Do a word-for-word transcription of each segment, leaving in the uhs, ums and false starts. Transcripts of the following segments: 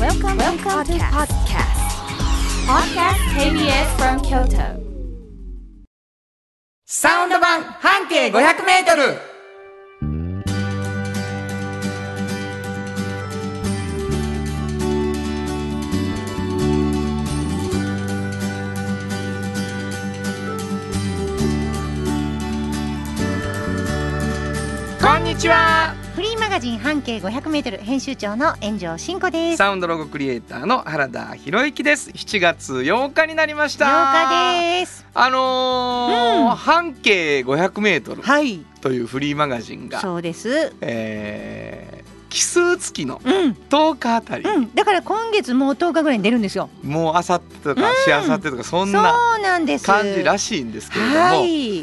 Welcome, Welcome to podcast. Podcast ケービーエス from Kyoto. サウンド版半径ごひゃくメートル。こんにちは。 フリーマガジン半径ごひゃくメートル編集長の炎上真子です。 サウンドロゴクリエイターの原田博之です。しちがつようかになりました。 ようかです。 あのーうん、半径ごひゃくメートルというフリーマガジンが、 そうです、 えー、奇数月のとおかあたり、 うんうん、だから今月もうとおかぐらいに出るんですよ。 もうあさってとかしあさってとかそんな感じらしいんですけれども、 はい、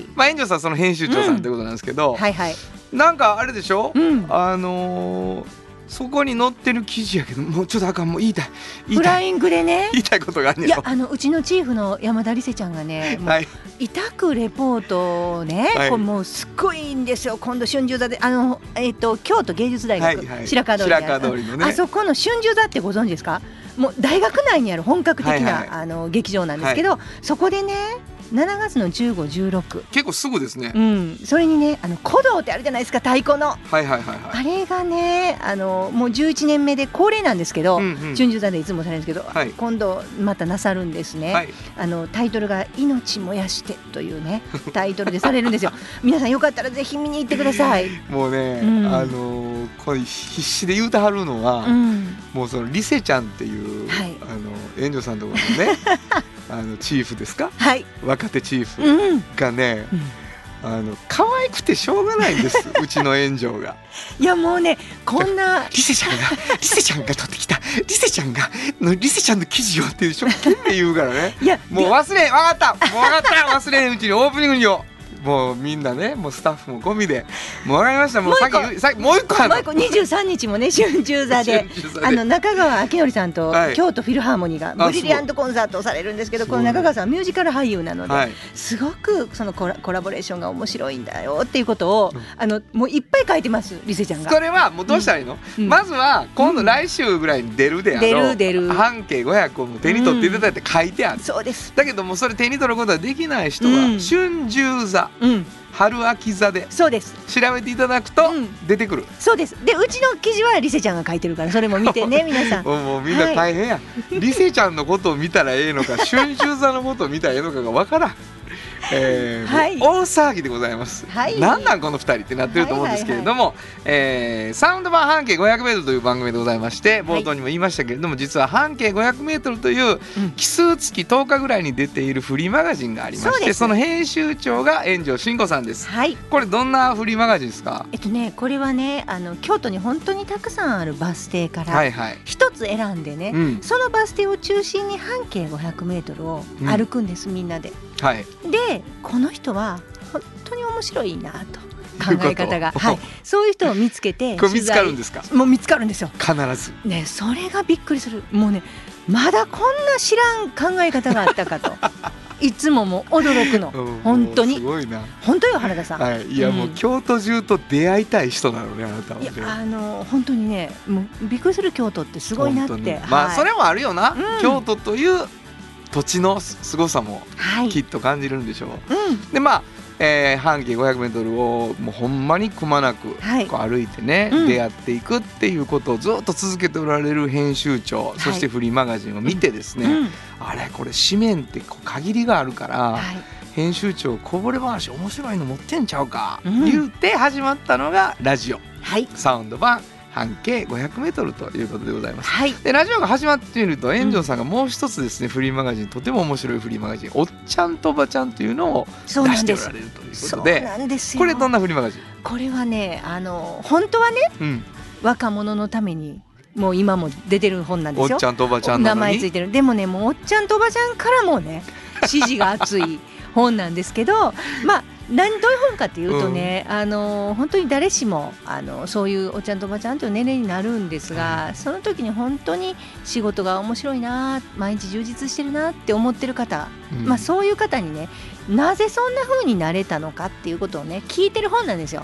まあ、炎上さんその編集長さんということなんですけど、 うん、はいはい、 なんかあれでしょ、 うん、 あのー、そこに載ってる記事やけどもうちょっとあかん、もう言いたい言いたいフライングでね言いたいことがあるんやろ。 いや、あのうちのチーフの山田理瀬ちゃんがね、もう、はい、痛くレポートをね、はい、これもうすっごいんですよ。今度春秋座であの、えー、と京都芸術大学、はいはい、白川通り、 白川通りのね、 あそこの春秋座ってご存知ですか。もう大学内にある本格的な、はいはい、あの劇場なんですけど、はい、そこでねしちがつのじゅうご、じゅうろく、 結構すぐですね、 うん、それにね、あの古道ってあるじゃないですか、太鼓の、 はいはいはいはい、 あれがね、あのもうじゅういちねんめで恒例なんですけど、うんうん、春秋座でいつもされるんですけど、はい、今度またなさるんですね、はい、あのタイトルが命燃やしてというねタイトルでされるんですよ皆さんよかったらぜひ見に行ってください。 もうね、うん、あのこれ必死で言うてはるのは、うん、もうそのリセちゃんっていう、はい、あの炎上さんのところのねあのチーフですか、はい、若手チーフがね、うん、あの可愛くてしょうがないんですうちの炎上が。 いやもうね、こんなリセちゃんがリセちゃんが撮ってきたリセちゃんがのリセちゃんの記事をって一生懸命言うからねいやもう忘れ分かったもう分かった忘れんうちにオープニングによもうみんなね、もうスタッフも込みでもう分かりました。もうさっきさっきもう一個ある、 もう一個にじゅうさんにちもね春秋座であの中川明則さんと京都フィルハーモニーがブリリアントコンサートをされるんですけど、この中川さんはミュージカル俳優なので、はい、すごくそのコラ、コラボレーションが面白いんだよっていうことを、うん、あのもういっぱい書いてますリセちゃんが。 それはもうどうしたらいいの、うん、まずは今度来週ぐらいに出るであろう、 出る出る半径ごひゃくを手に取っていただいて書いてある、うん、 そうです。 だけどもそれ手に取ることができない人は、うん、春秋座、うん、春秋座で調べていただくと出てくる、うん、 そうです。でうちの記事はリセちゃんが書いてるからそれも見てね皆さんもうみんな大変や、はい、リセちゃんのことを見たらええのか春秋座のことを見たらええのかがわからんえーはい、大騒ぎでございます、はい、なんなんこのふたりってなってると思うんですけれども、はいはいはい、えー、サウンド版半径ごひゃくメートルという番組でございまして、冒頭にも言いましたけれども、はい、実は半径ごひゃくメートルという奇数月とおかぐらいに出ているフリーマガジンがありまして、 そ, その編集長が炎上真子さんです、はい、これどんなフリーマガジンですか。 えっとね、これはね、あの京都に本当にたくさんあるバス停から一つ選んでね、はいはい、そのバス停を中心に半径ごひゃくメートルを歩くんです、うん、みんなで、はい、でこの人は本当に面白いなと考え方が、はい、そういう人を見つけてこれ見つかるんですか。 もう見つかるんですよ必ず、 ね、それがびっくりする。もうね、まだこんな知らん考え方があったかといつももう驚くの本当にすごいな。 本当よ原田さん、 はい、いやもう、うん、京都中と出会いたい人なのねあなたはね。 いやあの本当にね、もうびっくりする京都ってすごいなって、はい、 まあそれもあるよな、うん、京都という土地のすごさもきっと感じるんでしょう、はい、うん、でまあ、えー、半径ごひゃくメートルをもうほんまにくまなくこう歩いてね、はい、出会っていくっていうことをずっと続けておられる編集長、はい、そしてフリーマガジンを見てですね、うんうん、あれこれ紙面ってこう限りがあるから、はい、編集長こぼれ話面白いの持ってんちゃうか、うん、言うて始まったのがラジオ、はい、サウンド版半径ごひゃくメートルということでございます、はい、でラジオが始まっていると炎上さんがもう一つですね、うん、フリーマガジン、とても面白いフリーマガジンおっちゃんとおばちゃんというのを出しておられるということで、 そうなんですよ。 これどんなフリーマガジン。 これはね、あの本当はね、うん、若者のためにもう今も出てる本なんですよ。 おっちゃんとおばちゃんなのに名前ついてる。でもね、もうおっちゃんとおばちゃんからもね支持が熱い本なんですけどまあ何どういう本かっていうとね、うん、あの本当に誰しもあのそういうおっちゃんとおばちゃんという年齢になるんですが、うん、その時に本当に仕事が面白いな、毎日充実してるなって思ってる方、うん、まあ、そういう方にね、なぜそんな風になれたのかっていうことをね聞いてる本なんですよ。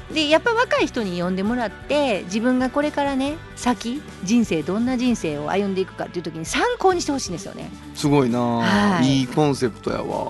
でやっぱり若い人に読んでもらって自分がこれからね先人生どんな人生を歩んでいくかっていう時に参考にしてほしいんですよね。 すごいな、はい、いいコンセプトやわ、うん、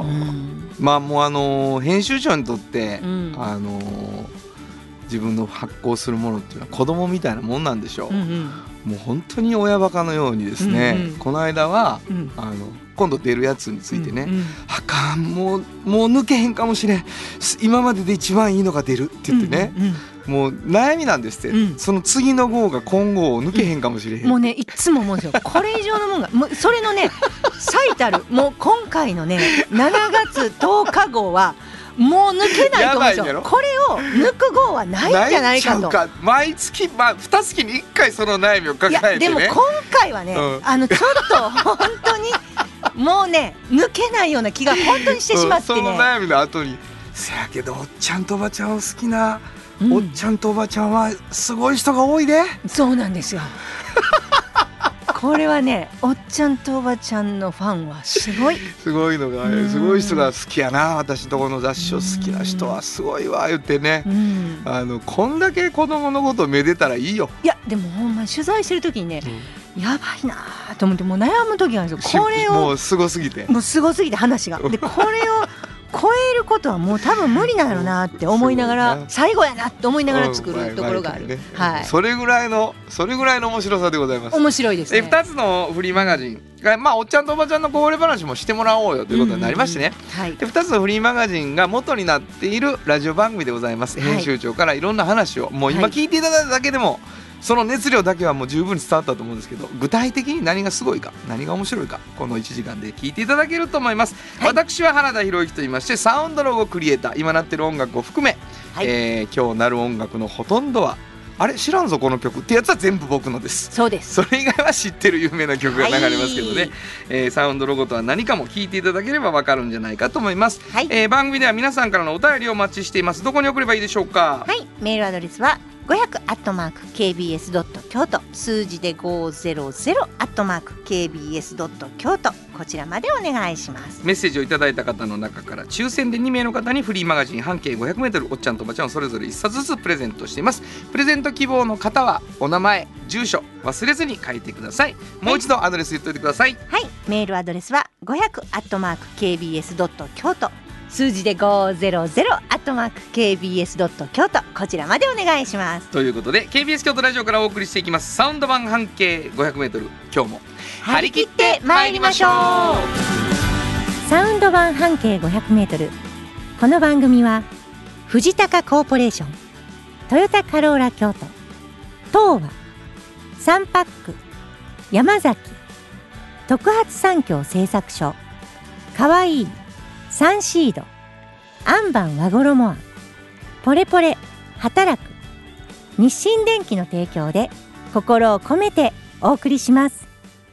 まあもうあの編集長にとって、うん、あの自分の発行するものっていうのは子供みたいなもんなんでしょう、うんうん、もう本当に親バカのようにですね、うんうん、この間は、うん、あの今度出るやつについてね、うんうん、あかんもう、もう抜けへんかもしれん今までで一番いいのが出るって言ってね、うんうんうん、もう悩みなんですって、うん、その次の号が今後を抜けへんかもしれへん、 うん、もうねいつも思うんですよこれ以上のもんがもうそれのね最たるもう今回のねしちがつとおか号はもう抜けないと思うんですよ。これを抜く号はないんじゃないかと。 ないちゃうか毎月、まあ、にがつにいっかいその悩みを抱えてね。いやでも今回はね、うん、あのちょっと本当にもうね抜けないような気が本当にしてしまってね、うん、 その悩みの後にせやけどおっちゃんとおばちゃんを好きな、うん、おっちゃんとおばちゃんはすごい人が多いで。 そうなんですよこれはねおっちゃんとおばちゃんのファンはすごいすごいのがすごい人が好きやな私のところの雑誌を好きな人はすごいわ言ってね、あのこんだけ子供のことをめでたらいいよ。 いやでもほんま取材してる時にね、うん、やばいなと思ってもう悩む時があるんですよ。これをもうすごすぎてもうすごすぎて話がでこれを超えることはもう多分無理なんやろなって思いながら最後やなって思いながら作るところがある、ねはい、 それぐらいのそれぐらいの面白さでございます。 面白いですね。 ふたつのフリーマガジンが、まあ、おっちゃんとおばちゃんのこぼれ話もしてもらおうよということになりましてね、うんうんはい、でふたつのフリーマガジンが元になっているラジオ番組でございます、はい、編集長からいろんな話をもう今聞いていただいただけでも、はいその熱量だけはもう十分に伝わったと思うんですけど具体的に何がすごいか何が面白いかこのいちじかんで聞いていただけると思います、はい、私は原田博之と言いましてサウンドロゴクリエイター今なってる音楽を含め、はいえー、今日なる音楽のほとんどはあれ知らんぞこの曲ってやつは全部僕のです。 そうです。 それ以外は知ってる有名な曲が流れますけどね、はいえー、サウンドロゴとは何かも聞いていただければ分かるんじゃないかと思います、はいえー、番組では皆さんからのお便りをお待ちしています。どこに送ればいいでしょうか。 はいメールアドレスはごひゃくアットマーク ケービーエスドット京都数字でごひゃくアットマーク ケービーエスドット京都こちらまでお願いします。 メッセージをいただいた方の中から抽選でにめいの方にフリーマガジン半径 ごひゃくメートル おっちゃんとおばちゃんをそれぞれいっさつずつプレゼントしています。プレゼント希望の方はお名前住所忘れずに書いてください。もう一度アドレス言っておいてください。 はい、はい、メールアドレスはごひゃくアットマーク ケービーエスドット京都数字でごひゃくアットマーク ケービーエスドット京都こちらまでお願いします。 ということで ケービーエス 京都ラジオからお送りしていきますサウンド版半径 ごひゃくメートル 今日も張り切って参りましょう。サウンド版半径 ごひゃくメートル この番組は藤高コーポレーショントヨタカローラ京都東和サンパック山崎特発産業製作所かわいいサンシードアンバン和衣あんポレポレ働く日清電機の提供で心を込めてお送りします。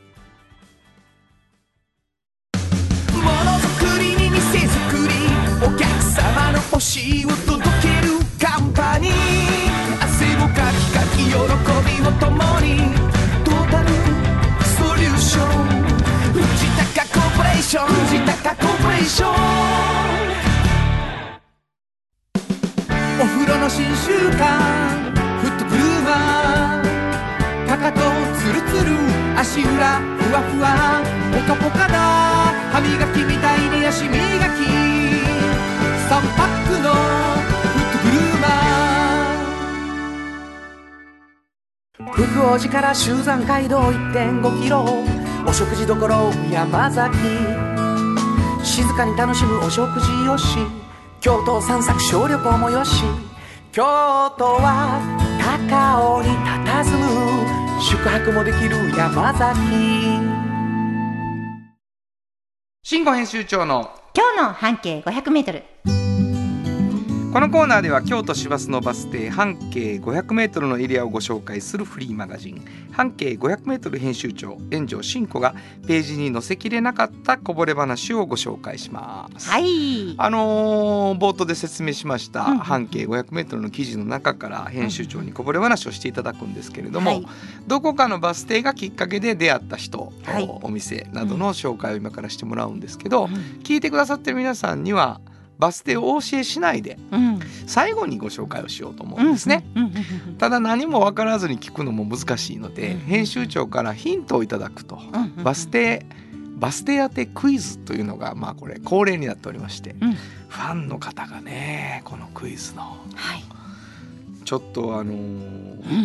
ものづくりに店づくりお客様の欲しいを届けるカンパニー汗をかきかき喜びを共にトータルソリューション藤高コーポレーション藤高コーポレーションお風呂の新習慣フットブルーマーかかとツルツル足裏ふわふわポカポカだ歯磨きみたいに足磨きさんパックのフットブルーマー福王寺から集山街道 いってんごキロお食事処山崎静かに楽しむお食事よし京都散策小旅行もよし京都は高尾に佇む宿泊もできる山崎新語編集長の今日の半径 ごひゃくメートル。 このコーナーでは京都市バスのバス停半径 ごひゃくメートルのエリアをご紹介するフリーマガジン半径 ごひゃくメートル 編集長円城真子がページに載せきれなかったこぼれ話をご紹介します。 はい、 あのー、冒頭で説明しました、うん、半径 ごひゃくメートル の記事の中から編集長にこぼれ話をしていただくんですけれども、はい、どこかのバス停がきっかけで出会った人、はい、お店などの紹介を今からしてもらうんですけど、うん、聞いてくださってる皆さんにはバス停をお教えしないで、うん、最後にご紹介をしようと思うんですね、うんうんうんうん、ただ何も分からずに聞くのも難しいので、うん、編集長からヒントをいただくと、うんうんうん、バス停バス停当てクイズというのがまあこれ恒例になっておりまして、うん、ファンの方がねこのクイズの、はい、ちょっとあのーうん、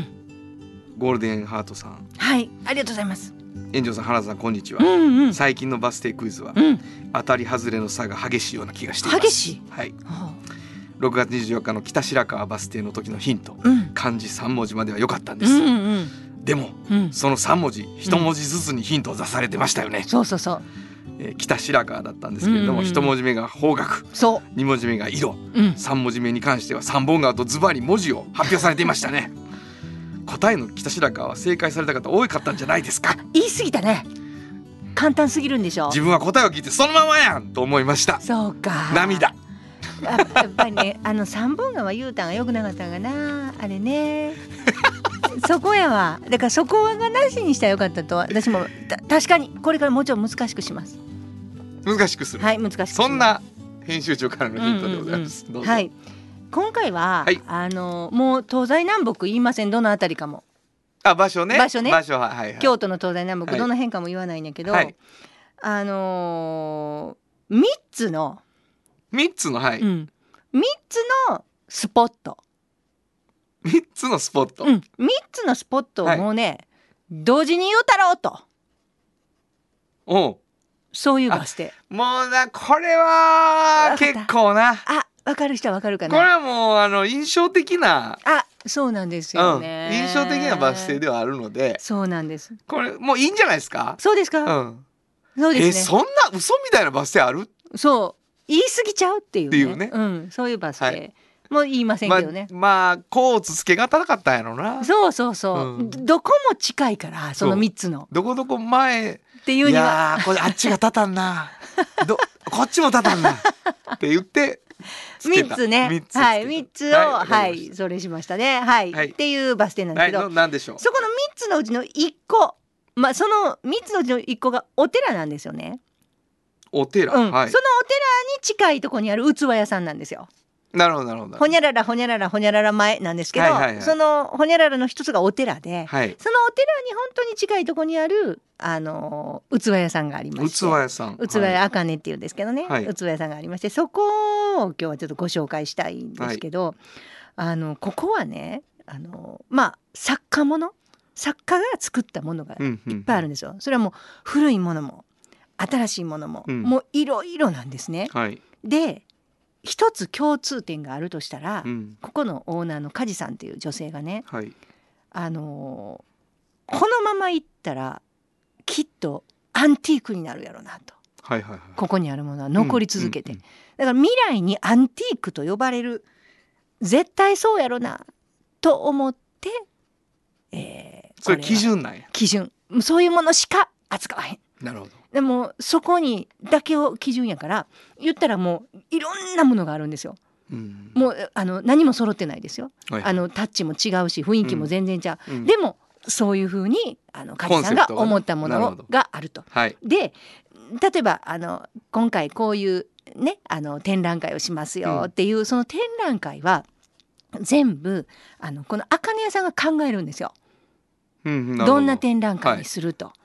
ゴールデンハートさん、 はいありがとうございます。 炎上さん原田さんこんにちは、うんうん、最近のバス停クイズは、うん、当たり外れの差が激しいような気がしています。 激しい、 はい、ろくがつにじゅうよっかの北白川バス停の時のヒント、うん、漢字さん文字までは良かったんです、うんうん、でも、うん、そのさん文字いち文字ずつにヒントを出されてましたよね、 うん、そうそうそう、 えー、北白川だったんですけれども、うんうん、いち文字目が方角、そうに文字目が色、うん、さん文字目に関しては三本川とズバリ文字を発表されていましたね答えの北白川は正解された方多かったんじゃないですか。 言い過ぎたね。簡単すぎるんでしょ。 自分は答えを聞いてそのままやんと思いました。 そうか。 涙。 やっぱりねあの三本川言うたんがよくなかったんかなあれねそこやわ。だからそこはがなしにしたらよかったと私も確かにこれからもうちょっと難しくします。 難しくする。 はい難しくする。 そんな編集長からのヒントでございます、うんうんうん、どうぞ。 はい今回は、はい、あのもう東西南北言いません。どのあたりかもあ場所ね場所ね場所は、はいはい、 京都の東西南北、はい、どの辺かも言わないんだけど、はい、あのー、みっつのみっつのはい、うん、 みっつのスポットみっつのスポット、 うん、みっつのスポットをもうね、はい、同時に言うたろうとおうそういうバス停。 もうなこれは結構なあ分かる人は分かるかな。 これはもうあの印象的なあそうなんですよね、 うん、印象的なバス停ではあるのでそうなんです。 これもういいんじゃないですか。 そうですか、うん、そうですね。えそんな嘘みたいなバス停ある。 そう言い過ぎちゃうっていう ね, っていうね、 うん、そういうバス停、はい、もう言いませんけどね。 ま, まあコーツつけがたなかったんやろな。 そうそうそう、うん、どこも近いからそのみっつのどこどこ前っていうにはいやこれあっちが立たんなどこっちも立たんなって言ってみっつねみっつはいみっつをはい、はい、それしましたね、はい、はい、っていうバス停なんですけど、 はい、なんでしょう。 そこのみっつのうちのいっこまあそのみっつのうちのいっこがお寺なんですよね。 お寺、 うんはい、 そのお寺に近いところにある器屋さんなんですよ。 なるほどなるほど。 ほにゃららほにゃららほにゃらら前なんですけど、はいはいはい、そのほにゃららの一つがお寺で、はい、そのお寺に本当に近いところにあるあの器屋さんがありまして、 器屋さん器屋あかねっていうんですけどね、はい、器屋さんがありまして、そこを今日はちょっとご紹介したいんですけど、はい、あのここはねあのまあ作家もの作家が作ったものがいっぱいあるんですよ、うんうん、それはもう古いものも新しいものも、うん、もういろいろなんですね、はい、で一つ共通点があるとしたら、うん、ここのオーナーの梶さんという女性がね、はい、あのー、このままいったらきっとアンティークになるやろうなと、はいはいはい、ここにあるものは残り続けて、うんうんうん、だから未来にアンティークと呼ばれる絶対そうやろなと思って、えー、 それ基準なんや。 基準そういうものしか扱わへん。 なるほど。 でもそこにだけを基準やから言ったらもういろんなものがあるんですよ、うん、もうあの何も揃ってないですよ、はい、あのタッチも違うし雰囲気も全然違う、うん、でもそういうふうにあの梶さんが思ったものがあると、はい、で例えばあの今回こういうねあの展覧会をしますよっていう、うん、その展覧会は全部あのこのあかね屋さんが考えるんですよ、うん、どんな展覧会にすると、はい、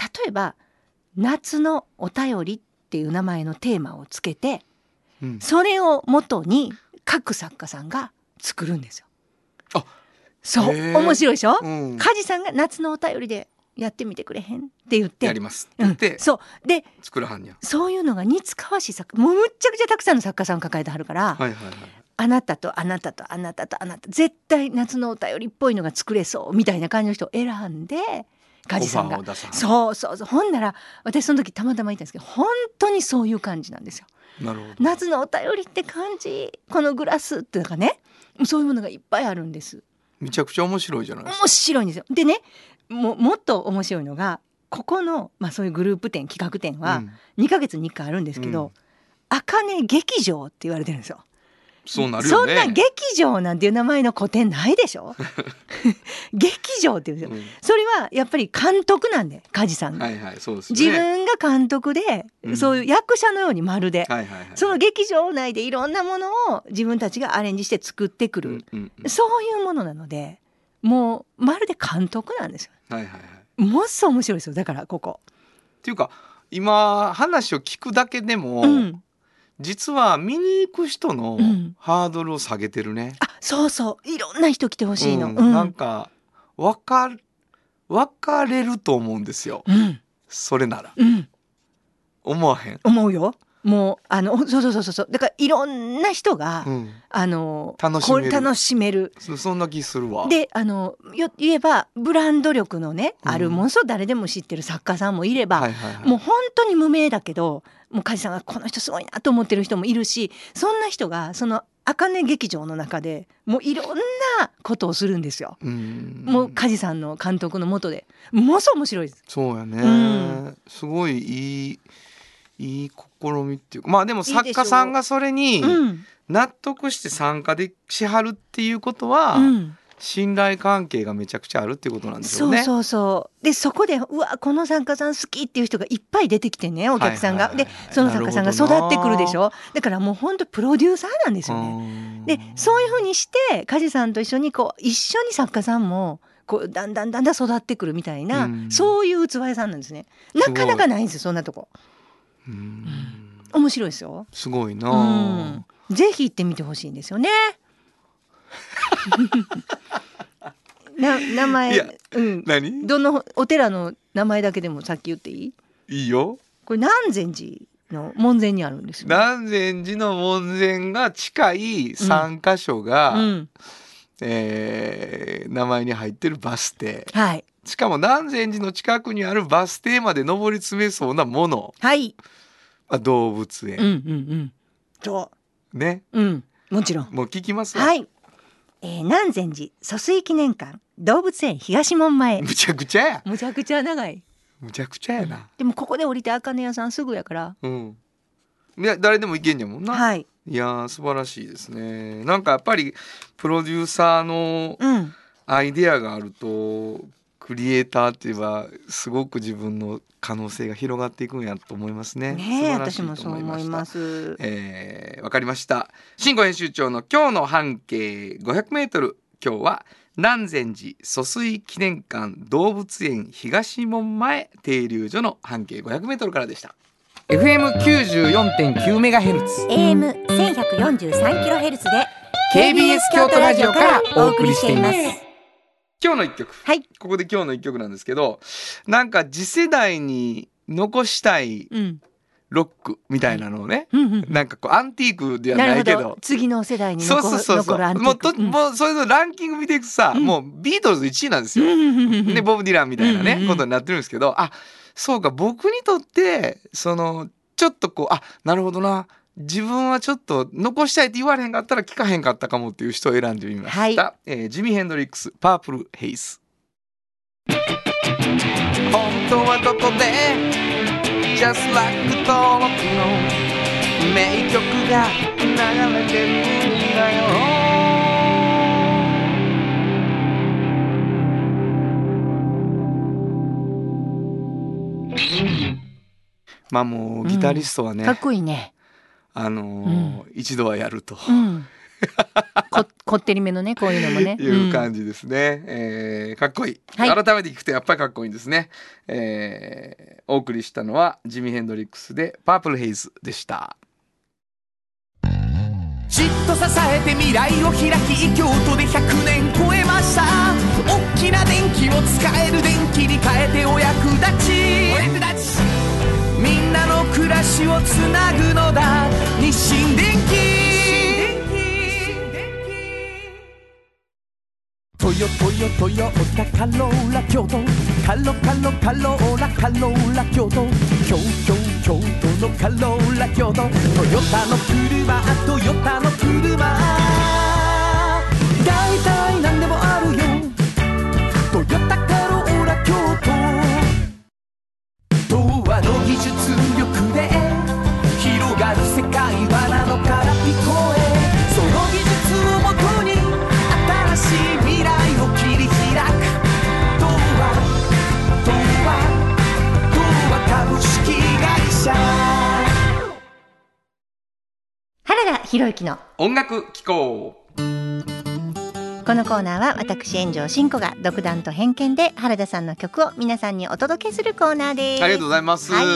例えば夏のお便りっていう名前のテーマをつけて、うん、それを元に各作家さんが作るんですよ。あ、そう面白いでしょ、うん、梶さんが夏のお便りでやってみてくれへんって言ってやりますって言って、うん、 そうで作るはんや。 そういうのが似つかわしい作もうむっちゃくちゃたくさんの作家さんを抱えてはるから、はいはいはい、あなたとあなたとあなたとあなた絶対夏のお便りっぽいのが作れそうみたいな感じの人を選んで梶さんがそうそうそうほんなら私その時たまたまいたんですけど本当にそういう感じなんですよ。なるほど。夏のお便りって感じこのグラスっていうかねそういうものがいっぱいあるんです。 めちゃくちゃ面白いじゃないですか。 面白いんですよ。でね も, もっと面白いのがここの、まあ、そういうグループ展企画展はにかげつにいっかいあるんですけど、うん、あかね劇場って言われてるんですよ。 そうなるよね。 そんな劇場なんていう名前の個展ないでしょ劇場って言うんですよ、うん、それはやっぱり監督なんで梶さんが、はいはいそうですね、自分がが監督で、うん、そういう役者のようにまるで、 はいはいはい、 その劇場内でいろんなものを自分たちがアレンジして作ってくる、うんうんうん、そういうものなのでもうまるで監督なんですよ、 はいはいはい、 もっそう面白いですよ。だからここっていうか今話を聞くだけでも、うん、実は見に行く人のハードルを下げてるね、うん、 あそうそういろんな人来てほしいの、 うんうん、なんか分かる分かれると思うんですよ、うん、それなら、うん、思わへん？ 思うよ。もうあのそうそうそうそうだからいろんな人が、うん、あの楽しめる楽しめるそ, そんな気するわ。 であのよ言えばブランド力のね、うん、あるもんそう誰でも知ってる作家さんもいれば、はいはいはい、もう本当に無名だけどもう梶さんがこの人すごいなと思ってる人もいるしそんな人がその茜劇場の中でもういろんなことをするんですよ。うんもう梶さんの監督の下でもうそう面白いです。 そうやね、うん、すごいいいいい試みっていうかまあでも作家さんがそれに納得して参加でしはるっていうことは、うん、信頼関係がめちゃくちゃあるっていうことなんですよね。 そうそうそうでそこでうわこの作家さん好きっていう人がいっぱい出てきてねお客さんが、はいはいはいはい、でその作家さんが育ってくるでしょ。だからもう本当プロデューサーなんですよね。でそういうふうにして梶さんと一緒にこう一緒に作家さんもこうだんだんだんだん育ってくるみたいな、うん、そういう器屋さんなんですね。なかなかないんですよそんなとこ。うんうん、面白いですよ。 すごいな、 うん、ぜひ行ってみてほしいんですよねな名前、うん、 何どのお寺の名前だけでもさっき言っていい？ いいよ。 これ南禅寺の門前にあるんですよ、ね、 南禅寺の門前が近いさんカ所が、うんうんえー、名前に入ってるバス停、はい、しかも南禅寺の近くにあるバス停まで上り詰めそうなもの、 はいまあ、動物園、 うんうんうん、そうね、 うん、もちろんもう聞きますわ。 はい、えー、南禅寺疎水記念館動物園東門前。 むちゃくちゃやむちゃくちゃ長い。 むちゃくちゃやな、うん、 でもここで降りて茜屋さんすぐやから、 うん、いや誰でも行けんじゃもんな。 はい、 いや素晴らしいですね。なんかやっぱりプロデューサーのアイデアがあると、うん、クリエイターって言えばすごく自分の可能性が広がっていくんやと思いますね。 ねえ私もそう思います。 えー、わかりました。新語編集長の今日の半径ごひゃくメートル、今日は南禅寺疎水記念館動物園東門前停留所の半径ごひゃくメートルからでした。エフエムきゅうじゅうよんてんきゅうメガヘルツエーエムせんひゃくよんじゅうさんキロヘルツ でケービーエス 京都ラジオからお送りしています。今日の一曲、 はい、 ここで今日の一曲なんですけど、なんか次世代に残したいロックみたいなのをね、うんうんうん、なんかこうアンティークではないけ ど, ど次の世代に残, そうそうそうそう残るアンティーク、 もうと、うん、もうそれのランキング見ていくとさ、うん、もうビートルズいちいなんですよ、うんうんうん、でボブ・ディランみたいなね、うんうん、ことになってるんですけど、あそうか僕にとってそのちょっとこうあなるほどな自分はちょっと残したいって言われへんかったら聞かへんかったかもっていう人を選んでみました、はいえー、ジミー・ヘンドリックスパープル・ヘイス。本当はどこで Just like 登録の名曲が流れてるんだよ。まあもうギタリストはね、 うん、かっこいいね。 あのーうん、一度はやると、 うん、こ, こってりめのねこういうのもねいう感じですね、うんえー、かっこいい、はい、改めて聞くとやっぱりかっこいいんですね、えー、お送りしたのはジミー・ヘンドリックスでパープルヘイズでした。 じっと支えて未来を開き京都でひゃくねん超えました。大きな電気を使える電気に変えてお役立ち、お役立ちみんなの暮らしをつなぐのだ日清電気。トヨトヨトヨタカローラ京都カロカロカローラカローラ京都京京京都のカローラ京都トヨタの車トヨタの車だいたいなんでもあるよトヨタカローラ京都童話の技術力で広がる世界はなのから聞こえその技術をもとに新しい未来を切り開く童話童話童話株式博之の音楽機構。 このコーナーは私炎上真子が独断と偏見で原田さんの曲を皆さんにお届けするコーナーです。 ありがとうございます、 はい、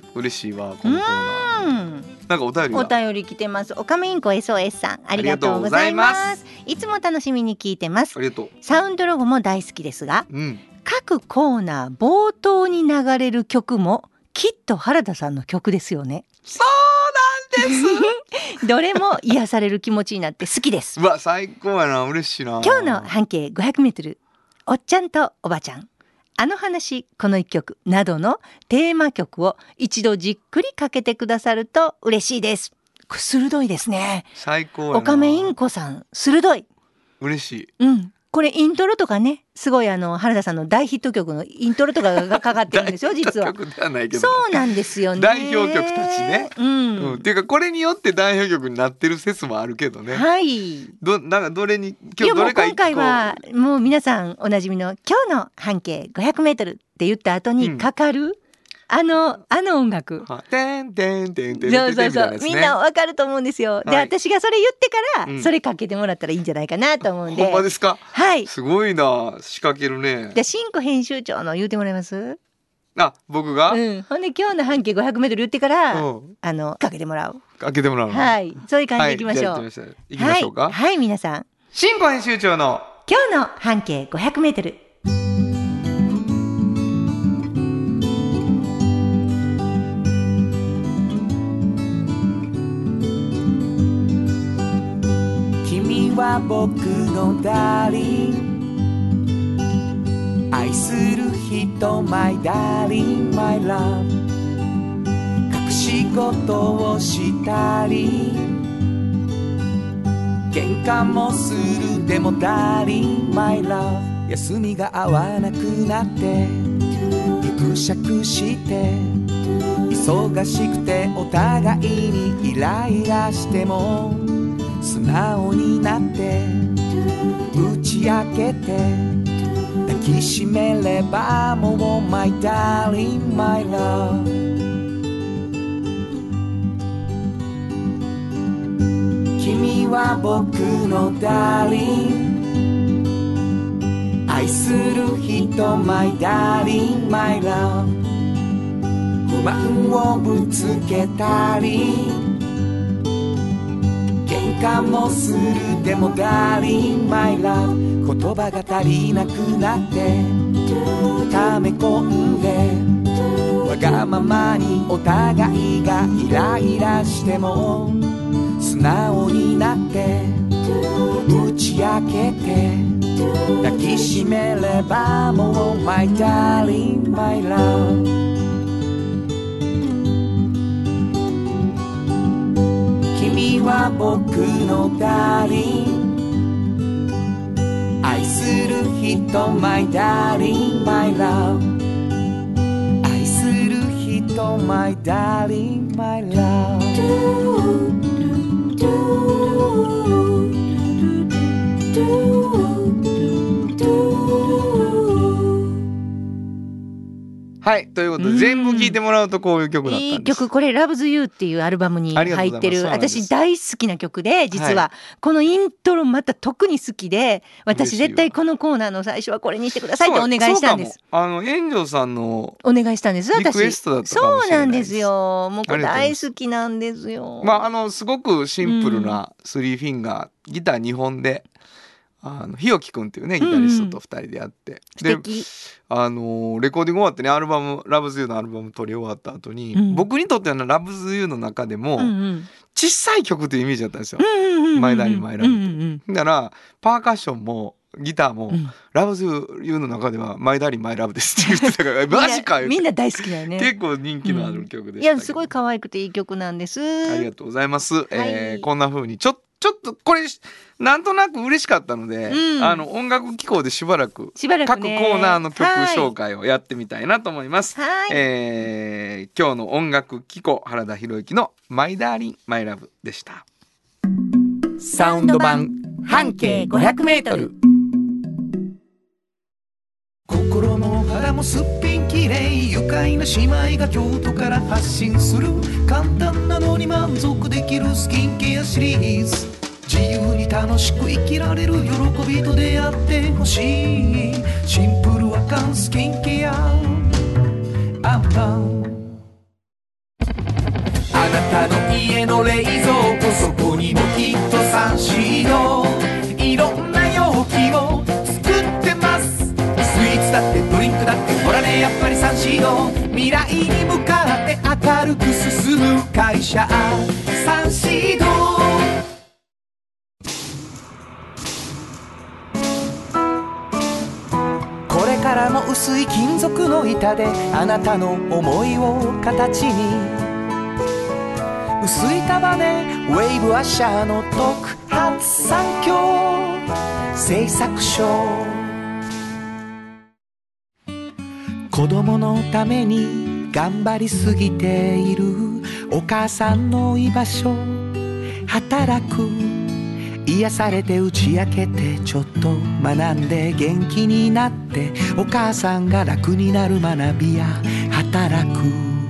嬉しいわこのコーナー。なんかお便りがお便り来てます。おかめインコ エスオーエス さんありがとうございます。いますいつも楽しみに聞いてます。 ありがとう。 サウンドロゴも大好きですが、 うん、 各コーナー冒頭に流れる曲もきっと原田さんの曲ですよね。 そうなんですどれも癒される気持ちになって好きです。 うわ最高やな、嬉しいな。 今日の半径ごひゃくメートル、おっちゃんとおばちゃん、あの話この一曲などのテーマ曲を一度じっくりかけてくださると嬉しいです。鋭いですね。 最高やな。 おかめインコさん鋭い。 嬉しい。 うん。これイントロとかね、すごいあの原田さんの大ヒット曲のイントロとかがかかってるんですよ実は。 大ヒット曲ではないけど、 そうなんですよね。 代表曲たちね。 うん。 うん、っていうかこれによって代表曲になってる説もあるけどね。 はい。 どなんかどれに今日どれか一個。 今回はもう皆さんおなじみの今日の半径ごひゃくメートルって言った後にかかる、うん、あのあの音楽。 てんてんてんてんてんそうそうそう、みんなわかると思うんですよ。で、はい、私がそれ言ってから、うん、それかけてもらったらいいんじゃないかなと思うんで。 ほんまですか。 はい。 すごいな、仕掛けるね。 じゃあ新子編集長の言ってもらえます？ あ、僕が。 うん。ほんで今日の半径ごひゃくメートル言ってから、うん、あのかけてもらう。 かけてもらうの。 はい。そういう感じでいきましょう。 はい、じゃあ行きましょうか。 はい、はい、皆さん。 新子編集長の今日の半径ごひゃくメートル。 は僕のダーリン、愛する人 My darling my love、 隠し事をしたり喧嘩もする、でもダーリン My love、 休みが合わなくなってぎくしゃくして忙しくてお互いにイライラしても素直になって打ち明けて抱きしめればもう My darling my love、 君は僕のダーリン、愛する人 My darling my love、 不満をぶつけたり喧嘩もする、でもダーリンマイラブ、言葉が足りなくなって溜め込んでわがままにお互いがイライラしても素直になって打ち明けて抱きしめればもう My darling my love、君は僕のダーリン、愛する人 My darling my love、 愛する人 My darling my love。 はい、ということで全部聴いてもらうとこういう曲だったんです。 いい曲、これ Loves You っていうアルバムに入ってる私大好きな曲で、実は、はい、このイントロまた特に好きで、私絶対このコーナーの最初はこれにしてくださいってお願いしたんです。 あの炎上さんのお願いしたんです。私リクエストだったかもしれないです。 そうなんですよ。もうこれ大好きなんですよ。 まああのすごくシンプルなスリーフィンガー、うん、ギターにほんで。あの日置くんっていうねギタリストとふたりでやって、うん、であのレコーディング終わってねアルバム Loves You のアルバム撮り終わった後に、うん、僕にとっては Loves You の中でも、うんうん、小さい曲というイメージだったんですよ、マイダーリンマイラブって。だからパーカッションもギターも、うん、Loves You の中ではマイダーリンマイラブですって言ってたからマジかよみんな大好きだよね。 結構人気のある曲でしたけど、うん、 いやすごい可愛くていい曲なんです。 ありがとうございます、はい、えー、こんな風にちょっとちょっとこれなんとなく嬉しかったので、うん、あの音楽機構でしばらくしばらく、 各コーナーの曲紹介をやってみたいなと思います。はい、えー、今日の音楽機構原田博之のマイダーリンマイラブでした。 サウンド版半径ごひゃくメートル、心の肌もすっぴんきれい、愉快な姉妹が京都から発信する簡単なのに満足できるスキンケアシリーズ。自由に楽しく生きられる喜びと出会ってほしい。シンプルアカンスキンケアアンパン。あなたの家の冷蔵庫、そこにもきっとサンシード。いろんな容器を作ってます。スイーツだってドリンクだって、ほらねやっぱりサンシード。未来に向かって明るく進む会社サンシード。これからも薄い金属の板であなたの思いを形に。薄い束ねウェーブアッシャーの特発産業製作所。子供のために頑張りすぎているお母さんの居場所。働く癒されて打ち明けて、ちょっと学んで元気になって、お母さんが楽になる学びや働く。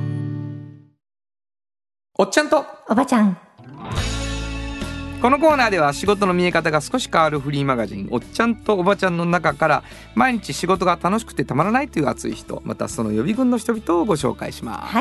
おっちゃんとおばちゃん。 このコーナーでは仕事の見え方が少し変わるフリーマガジンおっちゃんとおばちゃんの中から、毎日仕事が楽しくてたまらないという熱い人、またその予備軍の人々をご紹介します。 はい。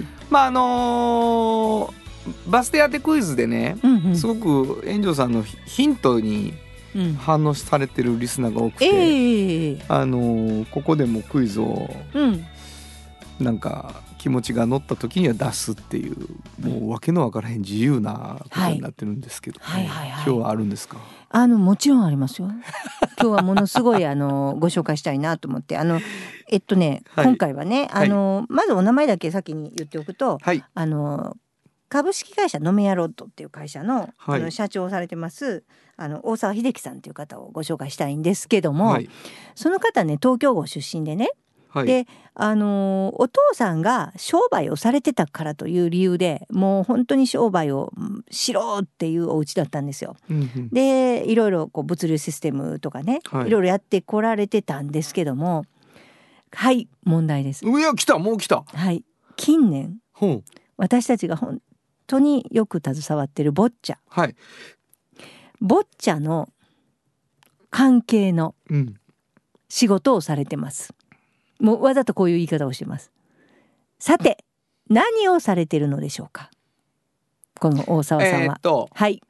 まああのー、バス停当てクイズでね、うんうん、すごく炎上さんのヒントに反応されてるリスナーが多くて、うんえー、あのー、ここでもクイズを、うん、なんか気持ちが乗った時には出すっていう、もうわけのわからへん自由なことになってるんですけど、ねはいはいはいはい、今日はあるんですか？ あのもちろんありますよ。今日はものすごいあのご紹介したいなと思って、あのえっとね、はい、今回はね、あの、はい、まずお名前だけ先に言っておくと、はい、あの株式会社ノメアロッドっていう会社 の,、はい、あの社長をされてますあの大沢秀樹さんという方をご紹介したいんですけども、はい、その方ね東京郷出身でね、はい、であのお父さんが商売をされてたからという理由で、もう本当に商売をしろっていうお家だったんですよ、うんうん、でいろいろこう物流システムとかね、はい、いろいろやってこられてたんですけども、はい問題です。 いや来たもう来た。 はい近年私たちが本当によく携わってるボッチャ、はい、ボッチャの関係の仕事をされてます、うん、もうわざとこういう言い方をしてます。さて何をされてるのでしょうか、この大沢さんは。えー、っとはい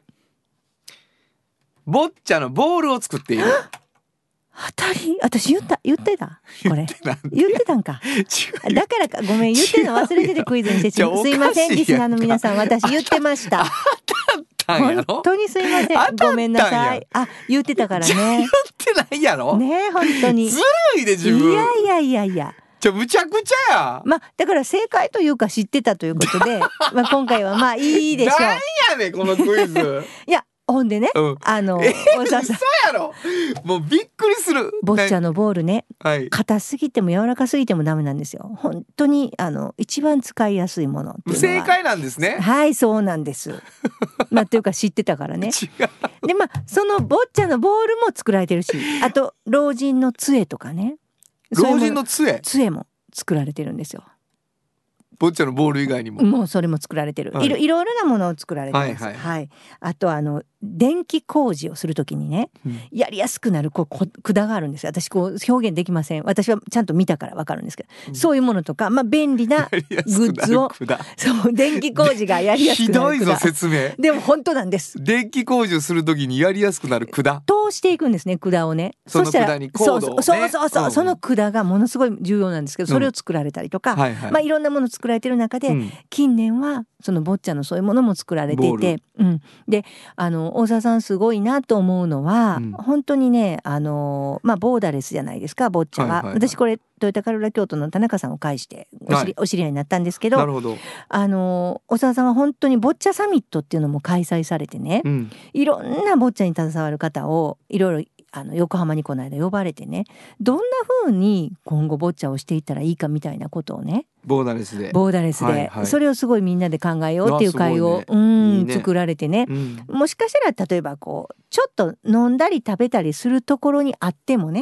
ボッチャのボールを作っている。 当たり、私言った言ってたこれ言ってたんかだからかごめん言ってんの忘れててクイズにしてすいませんリスナーの皆さん、私言ってました。本当にすいませんごめんなさい。あ言ってたからね。 言ってないやろね本当にずるいで自分。 いやいやいやいやちょむちゃくちゃや。 まあだから正解というか知ってたということでまあ今回はまあいいでしょう。 なんやねんこのクイズいやほんでね、うん、あの、 えー、嘘やろもうびっくりする。 ボッチャのボールね、はい、硬すぎても柔らかすぎてもダメなんですよ。本当にあの一番使いやすいものっていうのは正解なんですね。 はいそうなんですまあっていうか知ってたからね。違うでまあそのボッチャのボールも作られてるし、あと老人の杖とかね、 老人の杖杖も作られてるんですよ。 ボッチャのボール以外にももうそれも作られてる、はい、いろいろなものを作られてます、はいはいはい、あとあの電気工事をするときにね、うん、やりやすくなるこうこ管があるんですよ。私こう表現できません。私はちゃんと見たから分かるんですけど、うん、そういうものとか、まあ、便利なグッズをそう電気工事がやりやすくなる管。 ひどいぞ説明。 でも本当なんです。 電気工事をするときにやりやすくなる管通していくんですね、管をね。 その管にコードをね、 そうそうそうそう、うん、その管がものすごい重要なんですけど、それを作られたりとか、うんはいはいまあ、いろんなもの作られてる中で、うん、近年はそのボッチャのそういうものも作られていて、うん、であの大沢さんすごいなと思うのは、うん、本当にねあの、まあ、ボーダーレスじゃないですかボッチャは、はいはいはい、私これトヨタカローラ京都の田中さんを介してお知り、はい、お知り合いになったんですけど、 なるほど。 あの大沢さんは本当にボッチャサミットっていうのも開催されてね、うん、いろんなボッチャに携わる方をいろいろあの横浜にこの間呼ばれてね、どんな風に今後ボッチャをしていったらいいかみたいなことをね、 ボーダレスでボーダレスで、はいはい、それをすごいみんなで考えようっていう会を、ね、うんいいね、作られてね、うん、もしかしたら例えばこうちょっと飲んだり食べたりするところにあってもね、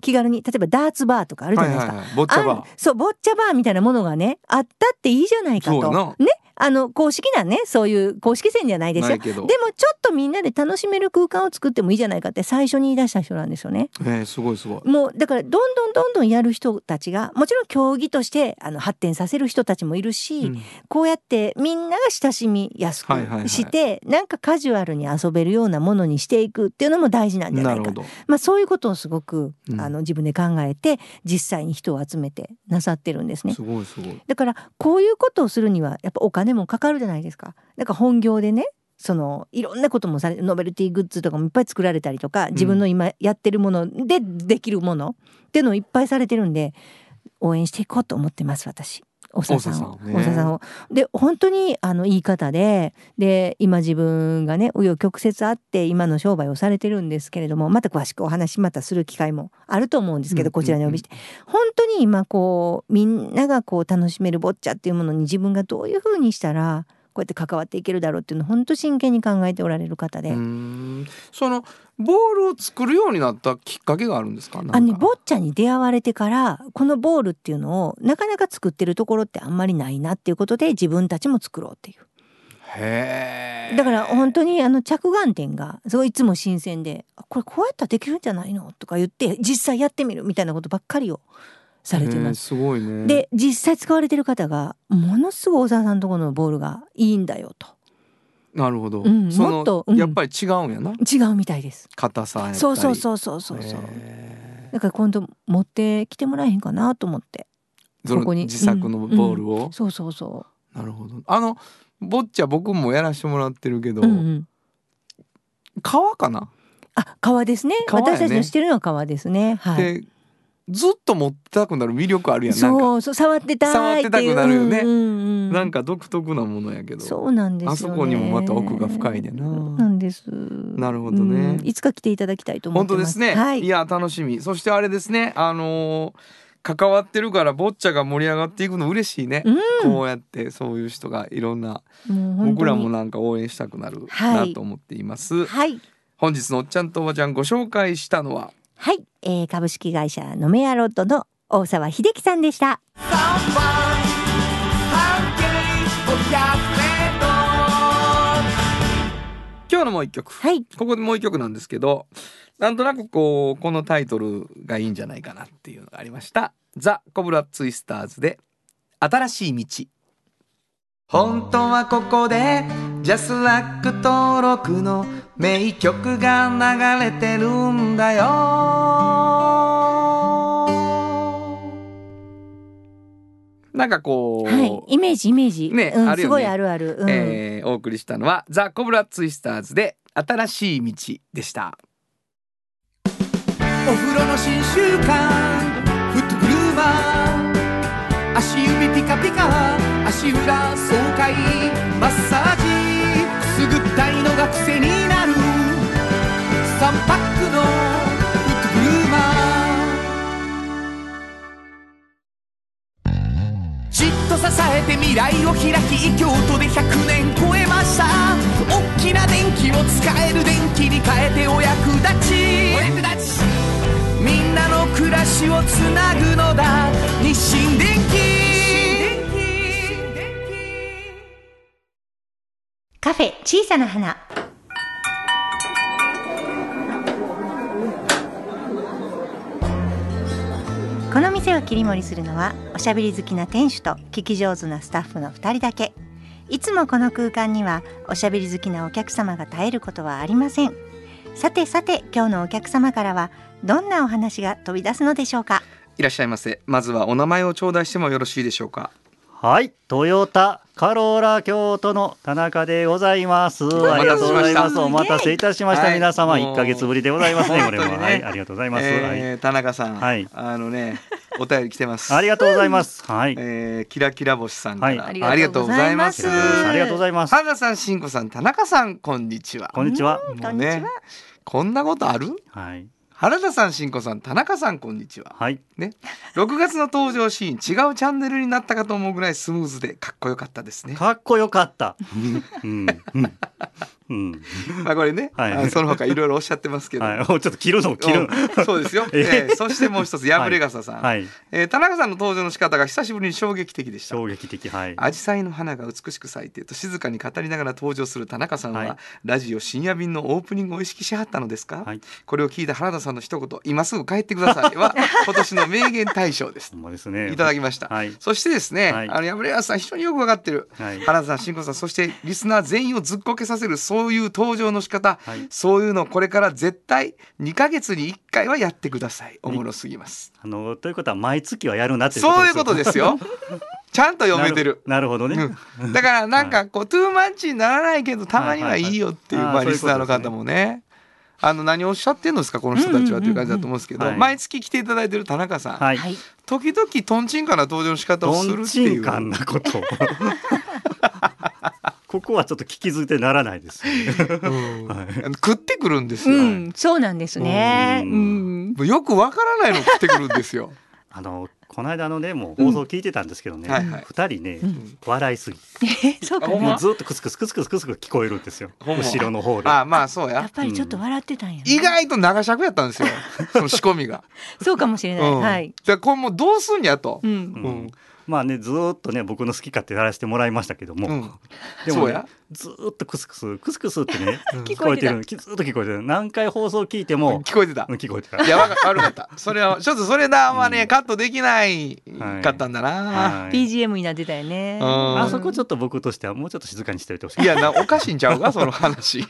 気軽に例えばダーツバーとかあるじゃないですか、 はいはいはい、ボッチャバー、 そうボッチャバーみたいなものがねあったっていいじゃないかとね、あの公式なねそういう公式戦じゃないですよ。でもちょっとみんなで楽しめる空間を作ってもいいじゃないかって最初に言い出した人なんですよね。 えー、すごいすごい。 もうだからどんどんどんどんやる人たちがもちろん競技としてあの発展させる人たちもいるし、うん、こうやってみんなが親しみやすくして、はいはいはい、なんかカジュアルに遊べるようなものにしていくっていうのも大事なんじゃないか。まあ、そういうことをすごく、うん、あの自分で考えて実際に人を集めてなさってるんですね。 すごいすごい。 だからこういうことをするにはやっぱお金もかかるじゃないですか。だから本業でねそのいろんなこともされノベルティグッズとかもいっぱい作られたりとか自分の今やってるものでできるものっていうのをいっぱいされてるんで応援していこうと思ってます私。大沢さんを、大沢さんをで本当にあのいい方でで今自分がね紆余曲折あって今の商売をされてるんですけれどもまた詳しくお話またする機会もあると思うんですけど、うん、こちらにお呼びして本当に今こうみんながこう楽しめるボッチャっていうものに自分がどういうふうにしたらこうやって関わっていけるだろうっていうのを本当真剣に考えておられる方で、うーんそのボールを作るようになったきっかけがあるんですか？なんかあのね、ボッチャに出会われてからこのボールっていうのをなかなか作ってるところってあんまりないなっていうことで自分たちも作ろうっていう。 へー。 だから本当にあの着眼点がすごいいつも新鮮でこれこうやったらできるんじゃないのとか言って実際やってみるみたいなことばっかりをされてます。 すごいね。 で実際使われてる方がものすごい大沢さんのところのボールがいいんだよと。 なるほど、 うん、 そのもっと、うん、 やっぱり違うんやな。 違うみたいです。 硬さやったり。 そうそうそうそうそうそう。だから今度持ってきてもらえへんかなと思って。 そこに自作のボールを、 うんうん、そうそうそう。 なるほど。あのボッチャ僕もやらせてもらってるけど、うんうん、革かな。 あ、革ですね。革やね。私たちのしてるのは革ですね。はい。 でずっと持ってたくなる魅力あるやん。 そうなんかそう触ってたいっていう触ってたくなるよね、 うんうんうん、 なんか独特なものやけど。 そうなんですよね。 あそこにもまた奥が深いでな。 なんです。 なるほどね、 うん、いつか来ていただきたいと思ってます。 本当ですね、はい、いや楽しみ。そしてあれですね、あのー、関わってるからボッチャが盛り上がっていくの嬉しいね、うん、こうやってそういう人がいろんな僕らもなんか応援したくなるなと思っています、 はい、 本日のおっちゃんとおばちゃんご紹介したのははい、えー、株式会社ノメアロッドの大沢秀樹さんでした。 今日のもう一曲、 はい、 ここでもう一曲なんですけど、なんとなくこうこのタイトルがいいんじゃないかなっていうのがありました。ザ・コブラツイスターズで新しい道。本当はここでジャスラック登録の名曲が流れてるんだよ。なんかこう、 はい、イメージイメージ、 ね、 うん、 あるよね。 すごいあるある、うん、 えー、お送りしたのはザ・コブラツイスターズで新しい道でした。 お風呂の新習慣フットグルーマー、足指ピカピカ足裏爽快マッサージくすぐったいのが癖になるさんパックのフットグルーマー、じっと支えて未来を開き京都でひゃくねん超えました。大きな電気を使える電気に変えてお役立ち、お役立ちみんなの暮らしをつなぐのだ日清電気。 カフェ小さな花。この店を切り盛りするのはおしゃべり好きな店主と聞き上手なスタッフのふたりだけ。いつもこの空間にはおしゃべり好きなお客様が絶えることはありません。さてさて今日のお客様からはどんなお話が飛び出すのでしょうか。 いらっしゃいませ。まずはお名前を頂戴してもよろしいでしょうか。 はい、トヨタカローラ京都の田中でございます。ありがとうございます。お待たせいたしました、はい、皆様いっかげつぶりでございますねこれも、ね、はい、ありがとうございます、 えーはい、 田中さん、 はい、 あのねお便り来てますありがとうございます、はい、 えー、キラキラ星さんから、 はい、ありがとうございます。 ありがとうございます。 原田さん、しんこさん、田中さん、こんにちは。 こんにちは。 もうね、 こんなことある？ はい。 原田さん、しんこさん、田中さん、こんにちは。 はい。 ね、ろくがつの登場シーン、違うチャンネルになったかと思うぐらいスムーズでかっこよかったですね。 かっこよかった。うんうん、 うん、 まあこれね、はい、その他いろいろおっしゃってますけど、 はい、ちょっと切るの切るのそうですよ、えー、そしてもう一つヤブレガサさん、はいはい、えー、田中さんの登場の仕方が久しぶりに衝撃的でした。 衝撃的、はい、 アジサイの花が美しく咲いていると静かに語りながら登場する田中さんは、はい、ラジオ深夜便のオープニングを意識しはったのですか、はい、これを聞いた原田さんの一言今すぐ帰ってくださいは今年の名言大賞ですですね、 いただきました、はい、そしてですね、はい、あのヤブレガサさん非常によく分かってる、はい、原田さん新子さんそしてリスナー全員をずっこけさせるそういう登場の仕方、はい、そういうのこれから絶対にかげつにいっかいはやってください。おもろすぎます。 あのということは毎月はやるなっていうことそういうことですよちゃんと読めてる。 なるほどね、 うん、だからなんかこう、はい、トゥーマッチにならないけどたまにはいいよっていう、まあ、リスナーの方もねあの何をおっしゃってんのですかこの人たちはという感じだと思うんですけど、毎月来ていただいてる田中さん、はい、時々トンチンカンな登場の仕方をするっていうトンチンカンなことここはちょっと聞き捨てならないですよね、 うんはい、食ってくるんですよ、 うん、そうなんですね、うんうん、よくわからないの食ってくるんですよあのこの間のねもう放送聞いてたんですけどね、うんはいはい、ふたりね、うん、笑いすぎそうか、 ね、もうずっとクスクスクスクスクスク聞こえるんですよ後ろの方で。 あまあそうややっぱりちょっと笑ってたんや、ね、 意外と長尺やったんですよその仕込みがそうかもしれない、うん、はいじゃあこれもうどうすんやと、 うんうんまあねずっとね僕の好き勝手やらせてもらいましたけども、うん、でも、ね、ずっとクスクスクスクスってね、うん、聞こえてるずっと聞こえてる何回放送聞いても聞こえてた、 うん、聞こえてたいや悪かったそれはちょっとそれだはね、うん、カットできないかったんだな、 はいはい、ピージーエム になってたよね。 あそこちょっと僕としてはもうちょっと静かにしておいてほしい。 いやなおかしいんちゃうかその話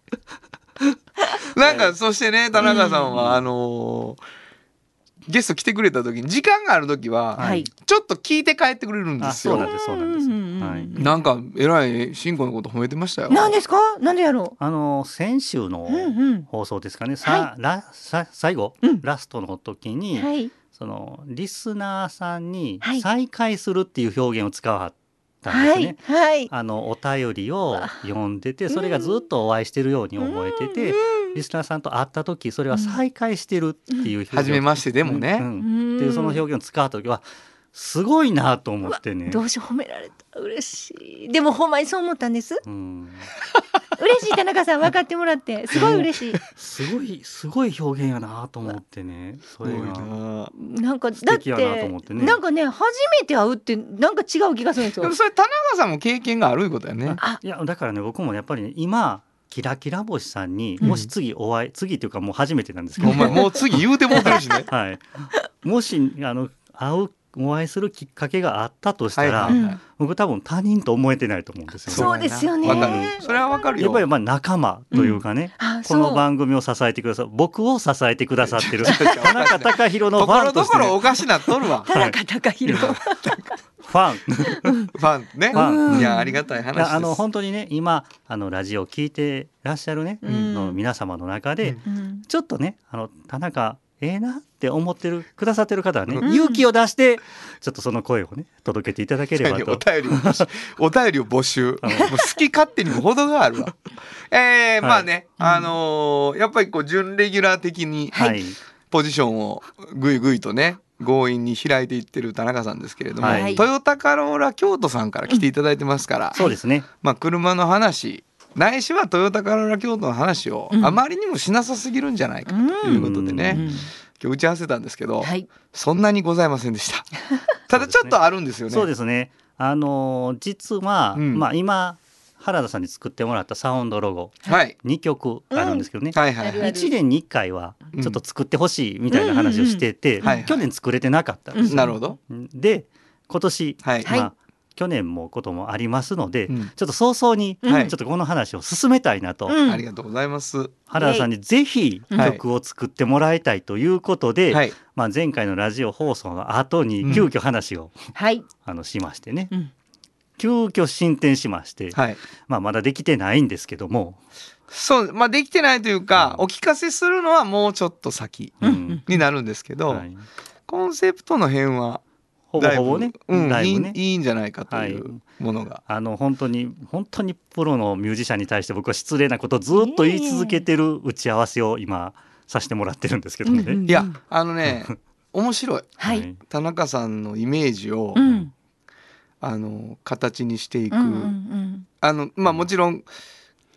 なんかそしてね田中さんは、うん、あのーゲスト来てくれた時に時間がある時は、はい、ちょっと聞いて帰ってくれるんですよ。 そうなんですそうなんです、はい、 なんかえらい慎吾のこと褒めてましたよ。 何ですかなんでやろう。 あの先週の放送ですかね、うんうん、さ、はい、ラさ最後、うん、ラストの時に、はい、そのリスナーさんに再会するっていう表現を使わはったんですね、はいはい、あのお便りを読んでてそれがずっとお会いしてるように思えてて、うんリスナーさんと会った時それは再会してるっていう表現、 初めましてでもね、 うんうん、っていうその表現を使う時はすごいなと思ってね。 どうしよう褒められた嬉しい。でもほんまにそう思ったんです、うん、嬉しい田中さん分かってもらってすごい嬉しいすごいすごい表現やなと思ってね。それがなんかだってなんかね初めて会うってなんか違う気がするんですよ。 でもそれ田中さんも経験があるいうことやね。 あいやだからね僕もやっぱり、ね、今キラキラ星さんにもし次お会い、うん、次というかもう初めてなんですけど、 お前もう次言うてもってるしね、 はい、もしあの会うお会いするきっかけがあったとしたら、はいはいはい、僕多分他人と思えてないと思うんですよね。 そうですよね。 わかる。それはわかるよ。 やっぱりまあ仲間というかね、うん、この番組を支えてくださる僕を支えてくださってる田中貴弘のファンとして、ね、 ところどころおかしなっとるわ田中貴弘ファンファンね、うん、いやありがたい話です。 あの本当にね今あのラジオを聞いてらっしゃるね、うん、の皆様の中で、うん、ちょっとねあの田中ええー、なって思ってるくださってる方はね、うん、勇気を出してちょっとその声をね届けていただければと。 お便りお便りを募集もう好き勝手にも程があるわえー、はい、まあね、あのー、やっぱりこう準レギュラー的にポジションをぐいぐいとね強引に開いていってる田中さんですけれども、はい、トヨタカローラ京都さんから来ていただいてますから、うん、 そうですね、 まあ、車の話ないしはトヨタカローラ京都の話をあまりにもしなさすぎるんじゃないかということでね、うんうん、今日打ち合わせたんですけど、はい、そんなにございませんでしたただちょっとあるんですよね。 そうですね、あのー、実は、うんまあ、今原田さんに作ってもらったサウンドロゴ、はい、にきょくあるんですけどね、うんはいはいはい、いちねんにいっかいはちょっと作ってほしいみたいな話をしてて、うんうんうん、去年作れてなかったんですよ、 なるほど。 で今年、はいまあ、去年もこともありますので、うん、ちょっと早々にちょっとこの話を進めたいなと、 うん、ありがとうございます。 原田さんにぜひ曲を作ってもらいたいということで、はいまあ、前回のラジオ放送の後に急遽話を、うんはい、あのしましてね、うん急遽進展しまして、はいまあ、まだできてないんですけどもそう、まあ、できてないというか、うん、お聞かせするのはもうちょっと先になるんですけど、うんはい、コンセプトの辺はほぼほぼね、 うんだいぶねいい、いいんじゃないかというものが、はい、 あの本当に本当にプロのミュージシャンに対して僕は失礼なことをずっと言い続けてる打ち合わせを今させてもらってるんですけどね、うんうん、 いやあのね面白い、はい、田中さんのイメージを、うんあの形にしていく、うんうんうん、あのまあもちろん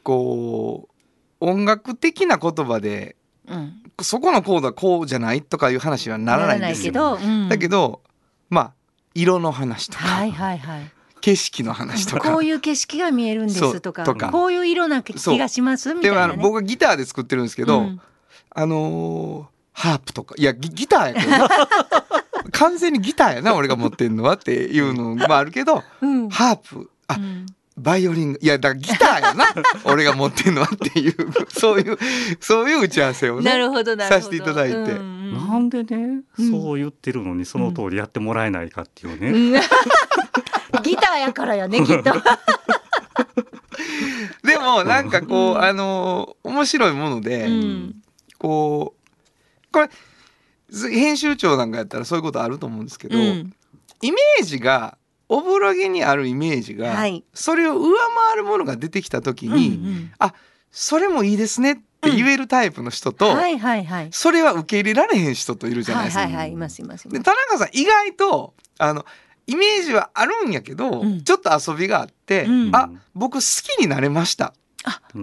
こう音楽的な言葉で、うん、そこのコードはこうじゃないとかいう話はならないんですよ。ならないけど、うん、だけどまあ色の話とか、はいはいはい、景色の話とか、 こういう景色が見えるんですと か, とかこういう色な気がしますみたいな、ね、 でも僕はギターで作ってるんですけど、うん、あのー、ハープとかいや ギ, ギターやけど完全にギターやな俺が持ってんのはっていうのもあるけど、うん、ハープあ、うん、バイオリンいやだからギターやな俺が持ってんのはっていうそういうそういう打ち合わせをねなるほどなるほどさせていただいて、うん、 なんでね、うん、そう言ってるのにその通りやってもらえないかっていうね、 うん、ギターやからやねきっとでもなんかこう、うん、あの面白いもので、うん、こうこれ編集長なんかやったらそういうことあると思うんですけど、うん、イメージがおぼろげにあるイメージが、はい、それを上回るものが出てきた時に、うんうん、あそれもいいですねって言えるタイプの人と、うんはいはいはい、それは受け入れられへん人といるじゃないですか。はいはいはい、いますいますいます。で田中さん意外とあのイメージはあるんやけど、うん、ちょっと遊びがあって、うん、あ僕好きになれました。 あ、うん、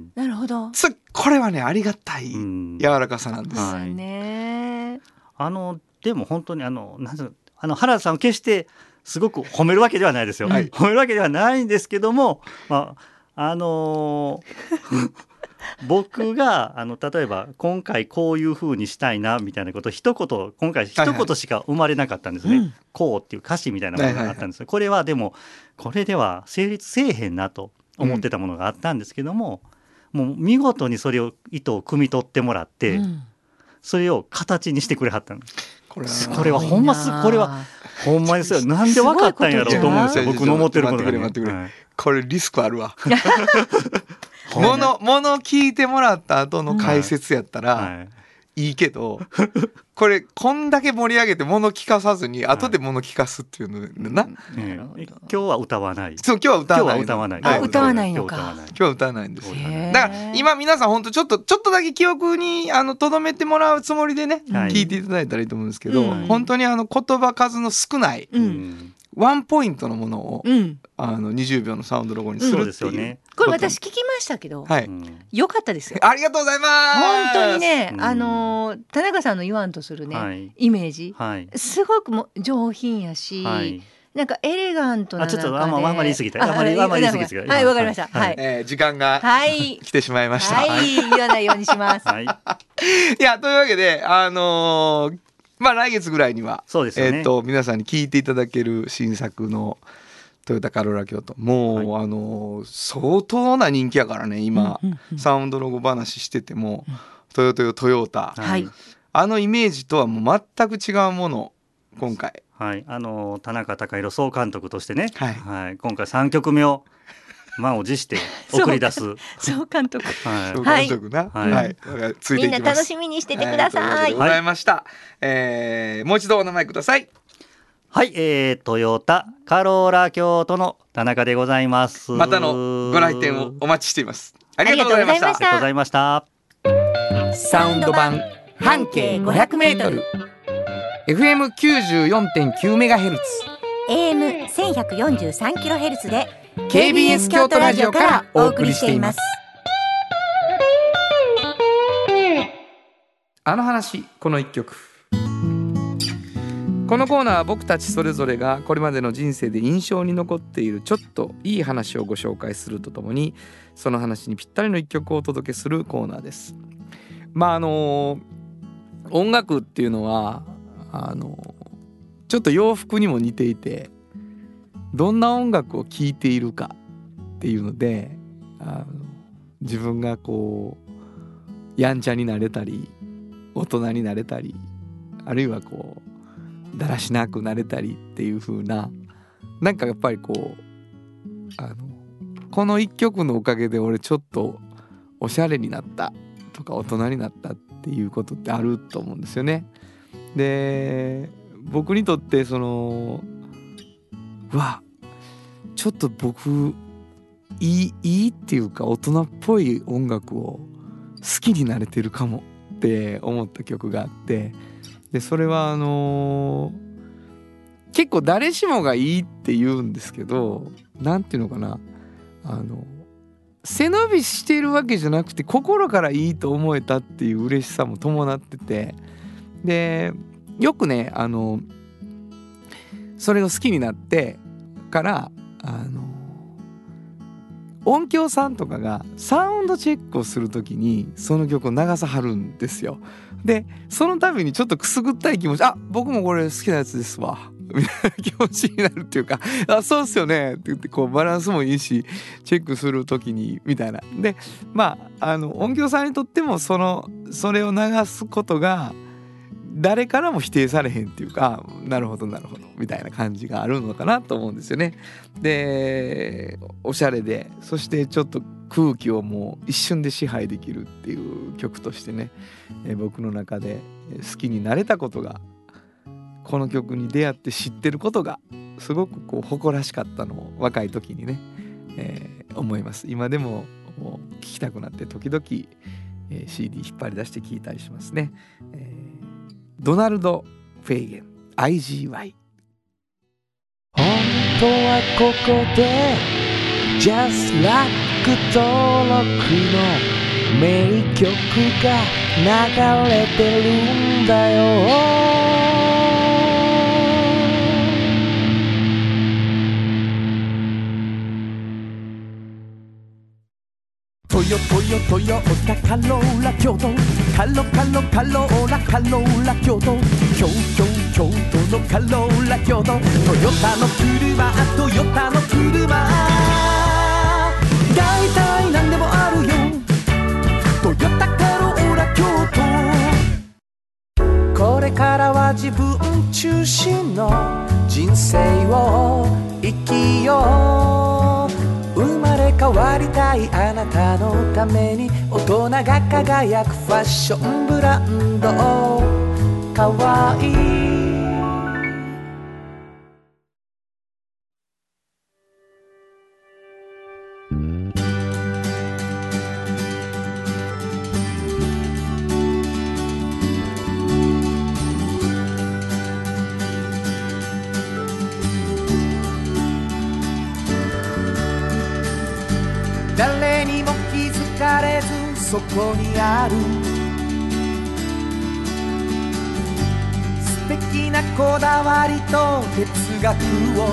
なるほど。 これはねありがたい柔らかさなんです、 はい、ね。 あのでも本当にあのなんてあの原田さんを決してすごく褒めるわけではないですよ、はい、褒めるわけではないんですけども、まああのー、僕があの例えば今回こういう風にしたいなみたいなことを一言今回一言しか生まれなかったんですね、はいはい、こうっていう歌詞みたいなものがあったんです、はいはいはい、これはでもこれでは成立せえへんなと思ってたものがあったんですけども、うん、もう見事にそれを意図を汲み取ってもらって、うん、それを形にしてくれはったんです。これはこれはほんますこれはほんまですよ。なんで分かったんやろうと思うんですよ。僕の思ってることが、ね、待ってくれ待ってくれ、はい、 これリスクあるわものもの聞いてもらった後の解説やったら、はいはいいいけどこれこんだけ盛り上げて物聞かさずに後で物聞かすっていうのな、はいえー、今日は歌わないそう今日は歌わない歌わない、はい、歌わないのか今日は歌わないんです。だから今皆さん本当ちょっとちょっとだけ記憶にあの留めてもらうつもりでね、はい、聞いていただいたらいいと思うんですけど、うん、本当にあの言葉数の少ない、うんワンポイントのものを、うん、あのにじゅうびょうのサウンドロゴにするっていう、うん、ですよね、 これ私聞きましたけど、はい、よかったですよ。 ありがとうございます。 本当にね、あの田中さんの言わんとするね、はい、イメージ、はい、すごくも上品やし、はい、なんかエレガントな中で、 あちょっとあんまり言い過ぎた、あまりあまり言い過ぎた、 はいわかりました、 はい、えー、時間が、はい、来てしまいました。 はい、言わないようにします。はい、 いやというわけであのーまあ、来月ぐらいにはそうですよね、えー、と皆さんに聞いていただける新作のトヨタカローラ京都もう、はい、あの相当な人気やからね今、うんうんうん、サウンドロゴ話してても、うん、トヨトヨトヨタ、はい、あのイメージとはもう全く違うもの今回、 はい、あの田中孝弘総監督としてね、はいはい、今回さんきょくめを満を持して送り出す総監督、 はい、総監督な、はいはい、ついていきます。 みんな楽しみにしててください。 はい、というわけでございました、はいえー、もう一度お名前ください。 はい、えー、トヨタカローラ京都の田中でございます。 またのご来店をお待ちしています。ありがとうございました。 ありがとうございました。 サウンド版半径ごひゃくメートル エフエムきゅうじゅうよんてんきゅうメガヘルツエーエムせんひゃくよんじゅうさんキロヘルツ でケービーエス 京都ラジオからお送りしています。 あの話この一曲。このコーナーは僕たちそれぞれがこれまでの人生で印象に残っているちょっといい話をご紹介するとともにその話にぴったりの一曲をお届けするコーナーです。まああの音楽っていうのはあのちょっと洋服にも似ていてどんな音楽を聴いているかっていうのであの自分がこうやんちゃになれたり大人になれたりあるいはこうだらしなくなれたりっていう風ななんかやっぱりこうあのこの一曲のおかげで俺ちょっとおしゃれになったとか大人になったっていうことってあると思うんですよね。で僕にとってそのうわちょっと僕いい、いいっていうか大人っぽい音楽を好きになれてるかもって思った曲があってでそれはあのー、結構誰しもがいいって言うんですけどなんていうのかなあの背伸びしているわけじゃなくて心からいいと思えたっていう嬉しさも伴ってて、でよくねあのそれを好きになってからあの音響さんとかがサウンドチェックをするときにその曲を流さはるんですよ。でその度にちょっとくすぐったい気持ち、あ僕もこれ好きなやつですわみたいな気持ちになるっていうか、あそうっすよねって言ってこうバランスもいいしチェックするときにみたいな。でまああの音響さんにとってもそのそれを流すことが誰からも否定されへんっていうか、なるほどなるほどみたいな感じがあるのかなと思うんですよね。でおしゃれで、そしてちょっと空気をもう一瞬で支配できるっていう曲としてね、え僕の中で好きになれたことが、この曲に出会って知ってることがすごくこう誇らしかったのを若い時にね、えー、思います。今でも聴きたくなって時々、えー、シーディー 引っ張り出して聴いたりしますね。えードナルド・フェイゲン アイジーワイ。 本当はここで Just Like 登録の名曲が流れてるんだよ。トヨトヨトヨタカローラ京都、カロカロカローラカローラ京都、京京京都のカローラ京都、トヨタの車トヨタの車、だいたいなんでもあるよ、トヨタカローラ京都。これからは自分中心の人生を生きよう。生まれ変わりたいあなたのために、大人が輝くファッションブランド、かわいい。誰にも気づかれずそこにある素敵なこだわりと哲学を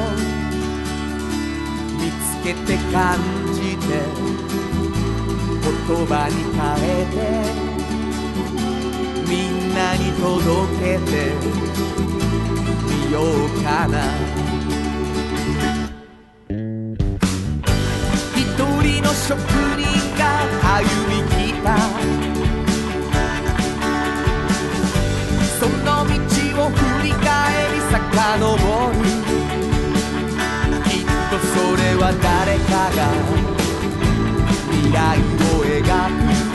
見つけて感じて言葉に変えてみんなに届けてみようかな。職人が歩み来たその道を振り返り遡る、きっとそれは誰かが未来を描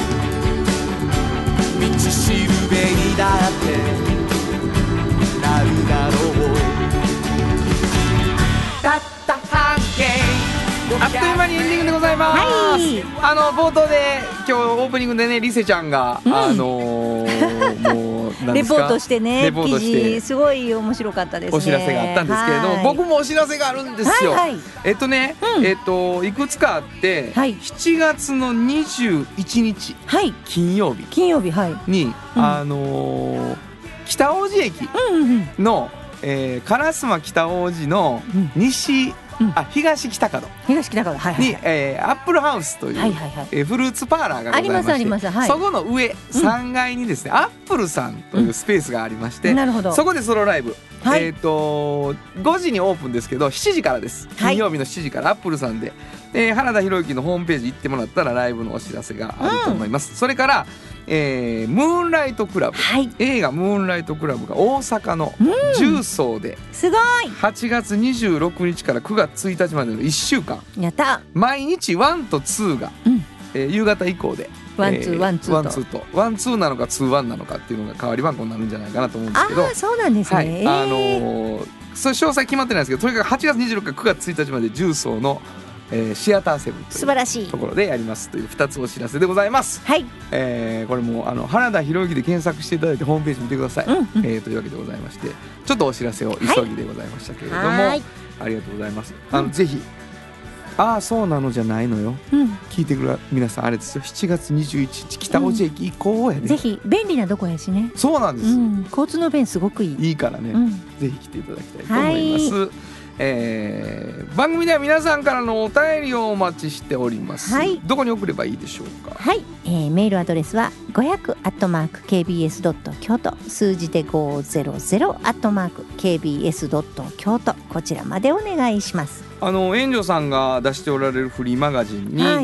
く道しるべにだってなるだろう。たった半径あっという間にエンディングでございます、はい、あの冒頭で今日オープニングでねリセちゃんが、うん、あのー、もう何ですかレポートしてね記事すごい面白かったですね。 お知らせがあったんですけれども、僕もお知らせがあるんですよ、はいはい、えっとね、うん、えっといくつかあって、はい、しちがつのにじゅういちにち、はい、金曜日金曜日、はい、 に、うん、あのー、北大路駅の、うんうんうんえー、烏丸北大路の西、うんうん、あ東北角東北角、はいはいはい、 に、えー、アップルハウスという、はいはいはいえー、フルーツパーラーがございまして、ありますあります、はい、そこの上さんがいにですね、うん、アップルさんというスペースがありまして、うん、なるほどそこでソロライブ、はい、えー、とごじにオープンですけどしちじからです。金曜日のしちじからアップルさんで、えー、原田博之のホームページ行ってもらったらライブのお知らせがあると思います、うん、それからえー、ムーンライトクラブ、はい、映画ムーンライトクラブが大阪の重曹で、 うん、すごいはちがつにじゅうろくにちからくがつついたちまでのいっしゅうかんやった毎日ワンとツーが、うんえー、夕方以降でワンツーワンツーとワンツーとワンツーなのかツーワンなのかっていうのが代わり番号になるんじゃないかなと思うんですけど、 あーそうなんですね、はいあのー、それ詳細決まってないんですけど、とにかくはちがつにじゅうろくからくがつついたちまで重曹のえー、シアターセブンというところでやりますというふたつお知らせでございます、はいえー、これもあの原田博之で検索していただいてホームページ見てください、うんうんえー、というわけでございまして、ちょっとお知らせを急ぎでございましたけれども、はい、ありがとうございます。あの、うん、ぜひああそうなのじゃないのよ、 うん、 聞いてくる皆さんあれですよ、しちがつにじゅういちにち北大路駅行こうやね、うん、 ぜひ便利なとこやしね。 そうなんです、うん、 交通の便すごくいいいいからね、うん、ぜひ来ていただきたいと思います、はい。えー、番組では皆さんからのお便りをお待ちしております、はい、どこに送ればいいでしょうか。 はい、えー、メールアドレスはごひゃくアットマークケービーエスドット京都、数字でごひゃくアットマークケービーエスドット京都、こちらまでお願いします。 あの援助さんが出しておられるフリーマガジンに、はい、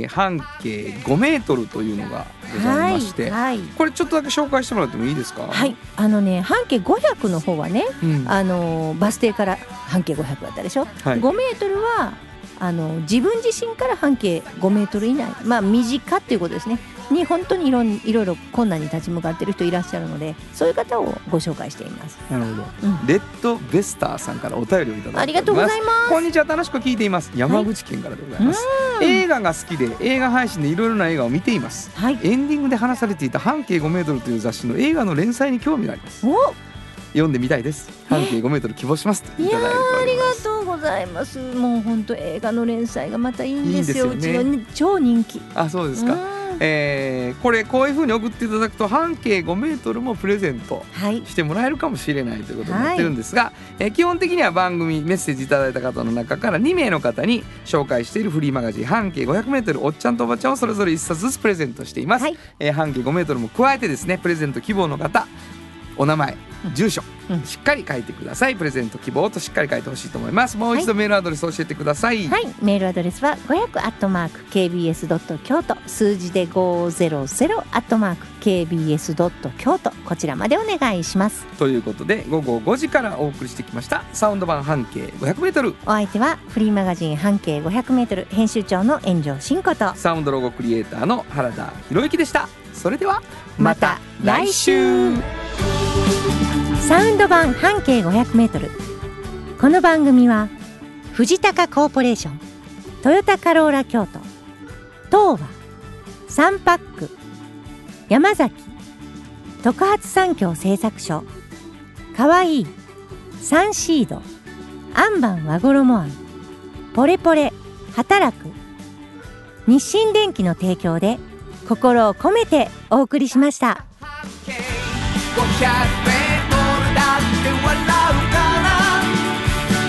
半径ごメートルというのがございまして、はいはい、これちょっとだけ紹介してもらってもいいですか。 はい、あのね半径ごひゃくの方はね、うん、あのバス停から半径ごひゃくだったでしょ、はい、ごメートルはあの自分自身から半径ごメートル以内、まあ短っていうことですねに本当にいろいろいろ困難に立ち向かっている人いらっしゃるので、そういう方をご紹介しています。 なるほど、うん、レッドベスターさんからお便りをいただいております。 ありがとうございます。 こんにちは、楽しく聞いています。山口県からでございます、はい、映画が好きで映画配信でいろいろな映画を見ています、はい、エンディングで話されていた半径ごメートルという雑誌の映画の連載に興味があります。お読んでみたいです。半径ごメートル希望しますといただいております。いやありがとうございます。もう本当映画の連載がまたいいんですよ。いいですよね、うちの超人気。 あ、そうですか。えー、これこういう風に送っていただくと半径ごメートルもプレゼントしてもらえるかもしれないということになってるんですが、はい、えー、基本的には番組メッセージいただいた方の中からにめいの方に紹介しているフリーマガジン半径ごひゃくメートルおっちゃんとおばちゃんをそれぞれいっさつずつプレゼントしています、はい、えー、半径ごメートルも加えてですね、プレゼント希望の方お名前、住所、うん、しっかり書いてください。プレゼント希望としっかり書いてほしいと思います。もう一度メールアドレス教えてください。 はい、メールアドレスはごひゃくアットマークケービーエスドット京都、数字でごひゃくアットマークケービーエスドット京都、こちらまでお願いします。 ということで午後ごじからお送りしてきましたサウンド版半径ごひゃくメートル。 お相手はフリーマガジン半径ごひゃくメートル編集長の炎上真子とサウンドロゴクリエイターの原田博之でした。それではまた来週。 サウンド版半径ごひゃくメートル。この番組は藤高コーポレーション、トヨタカローラ京都、東和、サンパック、山崎、特発産業製作所、かわいい、サンシード、アンバン和衣あん、ポレポレ働く、日清電機の提供で心を込めてお送りしました。ごひゃくメートルだって笑うから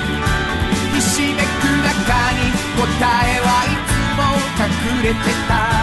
ひしめく中に答えはいつも隠れてた。